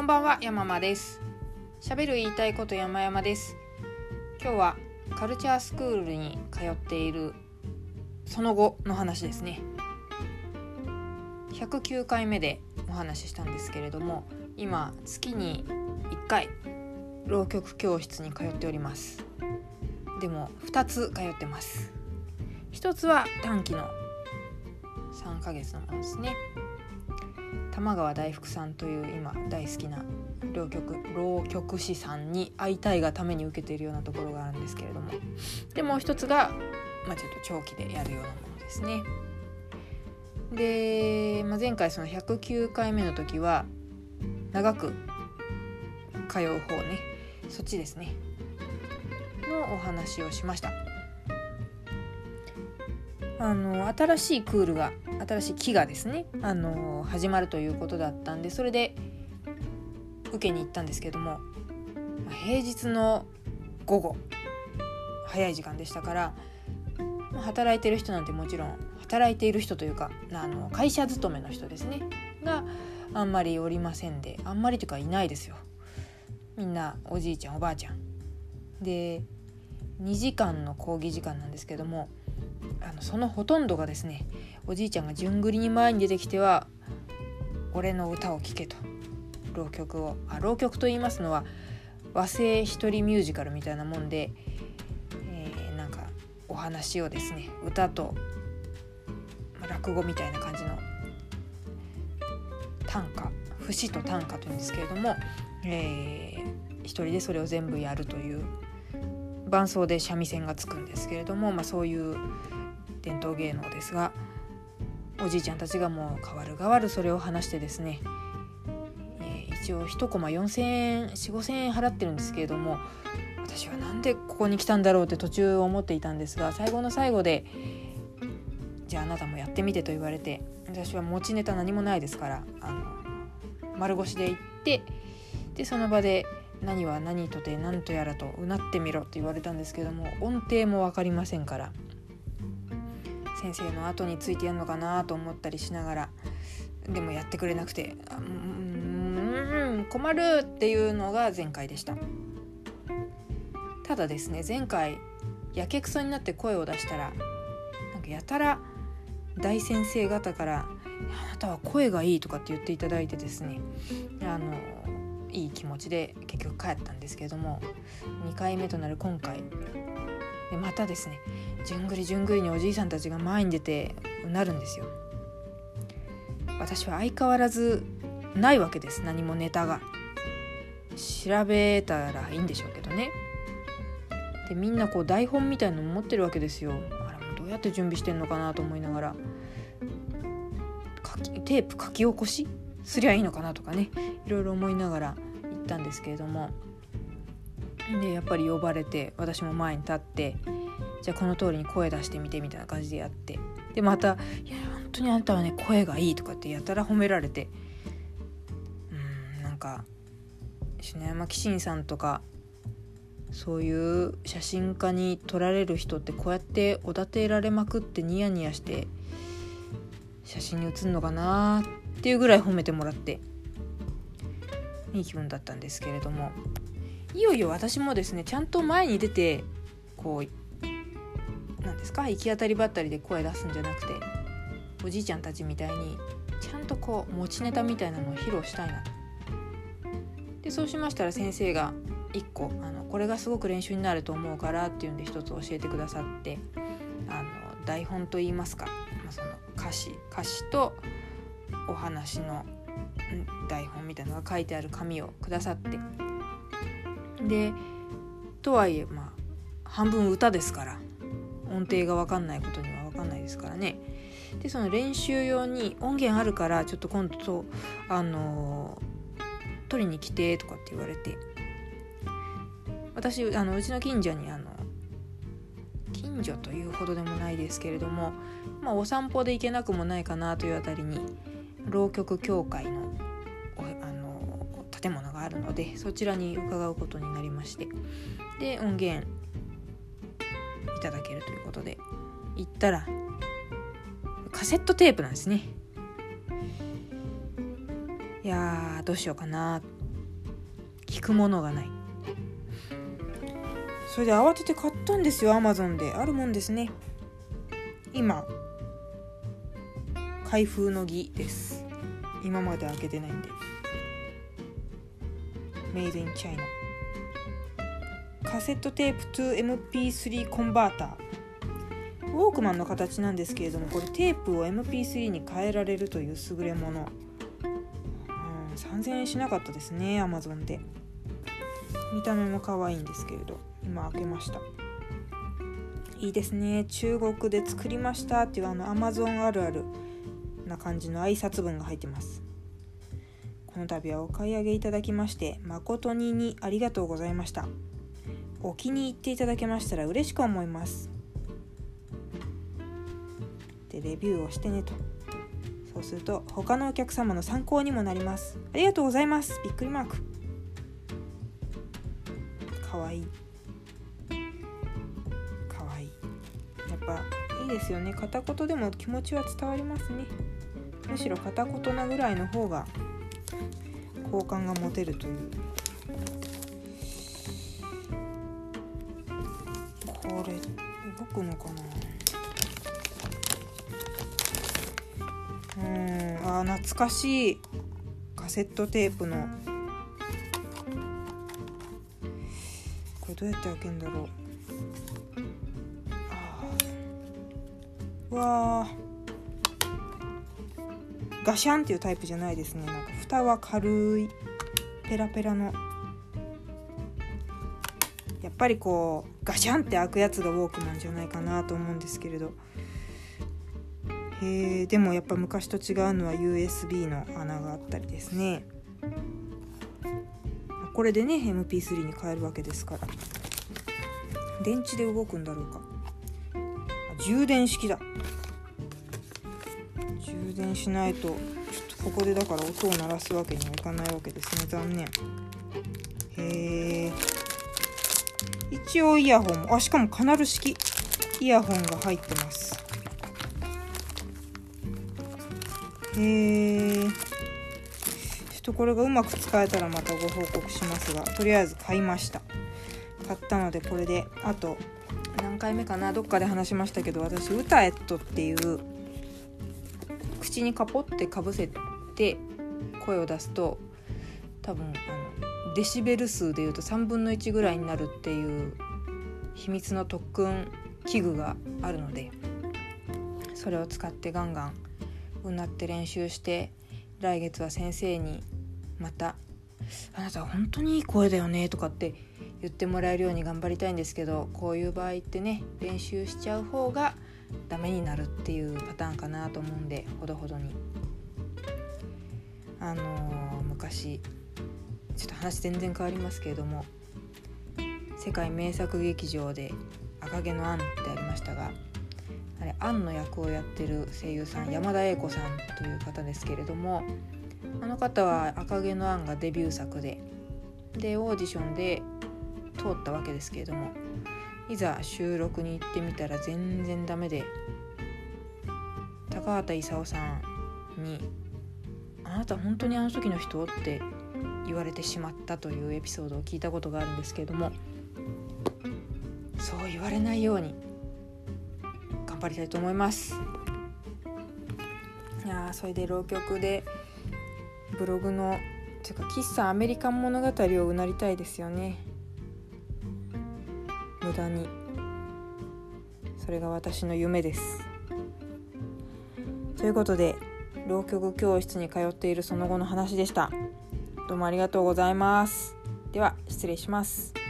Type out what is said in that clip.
んばんは、やままです。喋る言いたいこと山々です。今日はカルチャースクールに通っているその後の話ですね。109回目でお話ししたんですけれども、今月に1回浪曲教室に通っております。でも2つ通ってます。1つは短期の3ヶ月のものですね。玉川大福さんという今大好きな浪曲師さんに会いたいがために受けているようなところがあるんですけれども、でもう一つが、ちょっと長期でやるようなものですね。で、前回その109回目の時は長く通う方ね、そっちですねのお話をしました。新しいクールが新しい期がですね、始まるということだったんで、それで受けに行ったんですけども、平日の午後早い時間でしたから、働いてる人なんてもちろん働いている人というか会社勤めの人ですねがあんまりおりませんで、あんまりというかいないですよ。みんなおじいちゃんおばあちゃんで、2時間の講義時間なんですけども、そのほとんどがですね、おじいちゃんが順繰りに前に出てきては俺の歌を聴けと、浪曲と言いますのは和製一人ミュージカルみたいなもんで、なんかお話をですね、歌と落語みたいな感じの短歌、節と短歌というんですけれども、一人でそれを全部やるという伴奏で三味線がつくんですけれども、そういう伝統芸能ですが、おじいちゃんたちがもう代わるそれを話してですね、一応1コマ4000円 4,5000 円払ってるんですけれども、私はなんでここに来たんだろうって途中思っていたんですが、最後の最後でじゃああなたもやってみてと言われて、私は持ちネタ何もないですから、丸腰で行って、でその場で何は何とて何とやらとうなってみろって言われたんですけども、音程も分かりませんから、先生の後についてやるのかなと思ったりしながら、でもやってくれなくて困るっていうのが前回でした。ただですね、前回やけくそになって声を出したら、なんかやたら大先生方からあなたは声がいいとかって言っていただいてですね、いい気持ちで結局帰ったんですけれども、2回目となる今回でまたですね、順繰りにおじいさんたちが前に出てうなるんですよ。私は相変わらずないわけです、何もネタが。調べたらいいんでしょうけどね。でみんなこう台本みたいなの持ってるわけですよ。どうやって準備してんのかなと思いながら、テープ書き起こしすりゃいいのかなとかね、いろいろ思いながら行ったんですけれども、でやっぱり呼ばれて、私も前に立って、じゃあこの通りに声出してみてみたいな感じでやって、でまたいや本当にあんたはね声がいいとかってやたら褒められて、なんか篠山紀信さんとかそういう写真家に撮られる人ってこうやっておだてられまくってニヤニヤして写真に写るのかなっていうぐらい褒めてもらっていい気分だったんですけれども、いよいよ私もですね、ちゃんと前に出てこうなんですか、行き当たりばったりで声出すんじゃなくて、おじいちゃんたちみたいにちゃんとこう持ちネタみたいなのを披露したいなと。でそうしましたら先生が1個これがすごく練習になると思うからっていうんで一つ教えてくださって、台本といいますか、その歌詞とお話の台本みたいなのが書いてある紙をくださって、でとはいえ半分歌ですから音程が分かんないことには分かんないですからね。でその練習用に音源あるからちょっと今度取りに来てとかって言われて、私うちの近所に近所というほどでもないですけれども、お散歩で行けなくもないかなというあたりに浪曲協会の建物があるので、そちらに伺うことになりまして、で音源いただけるということで行ったらカセットテープなんですね。いやどうしようかな引くものがない。それで慌てて買ったんですよ、Amazon で。あるもんですね。今開封の儀です。今まで開けてないんで。メイドインチャイナ。カセットテープ to MP3 コンバーター。ウォークマンの形なんですけれども、これテープを MP3 に変えられるという優れもの。3000円しなかったですね、 Amazon で。見た目も可愛いんですけれど、今開けました。いいですね。中国で作りましたっていうAmazon あるあるな感じの挨拶文が入ってます。この度はお買い上げいただきまして誠にありがとうございました。お気に入っていただけましたら嬉しく思います。でレビューをしてねと。そうすると他のお客様の参考にもなります。ありがとうございます。びっくりマーク。かわいい。かわいい。やっぱいいですよね。片言でも気持ちは伝わりますね。むしろ片言なぐらいの方が好感が持てるという。これ動くのかな。懐かしいカセットテープの。これどうやって開けるんだろう。わー、ガシャンっていうタイプじゃないですね。なんか蓋は軽いペラペラの。やっぱりこうガシャンって開くやつがウォークマンじゃないかなと思うんですけれど。でもやっぱ昔と違うのは USB の穴があったりですね。これでね MP3 に変えるわけですから。電池で動くんだろうか。充電式だ。充電しないとちょっとここでだから音を鳴らすわけにはいかないわけですね。残念。一応イヤホンもしかもカナル式イヤホンが入ってます。ちょっとこれがうまく使えたらまたご報告しますが、とりあえず買いました。買ったのでこれであと何回目かな、どっかで話しましたけど、私ウタエットっていう口にカポってかぶせて声を出すと多分デシベル数でいうと3分の1ぐらいになるっていう秘密の特訓器具があるので、それを使ってガンガンうなって練習して、来月は先生にまたあなたは本当にいい声だよねとかって言ってもらえるように頑張りたいんですけど、こういう場合ってね練習しちゃう方がダメになるっていうパターンかなと思うんで、ほどほどに。昔ちょっと話全然変わりますけれども、世界名作劇場で赤毛のアンってありましたが、あれアンの役をやってる声優さん山田栄子さんという方ですけれども、あの方は赤毛のアンがデビュー作でオーディションで通ったわけですけれども、いざ収録に行ってみたら全然ダメで、高畑勲さんにあなた本当にあの時の人って言われてしまったというエピソードを聞いたことがあるんですけれども、そう言われないように頑張りたいと思います。いやそれで浪曲でブログのというか喫茶アメリカン物語をうなりたいですよね、無駄に。それが私の夢です。ということで浪曲教室に通っているその後の話でした。どうもありがとうございます。では失礼します。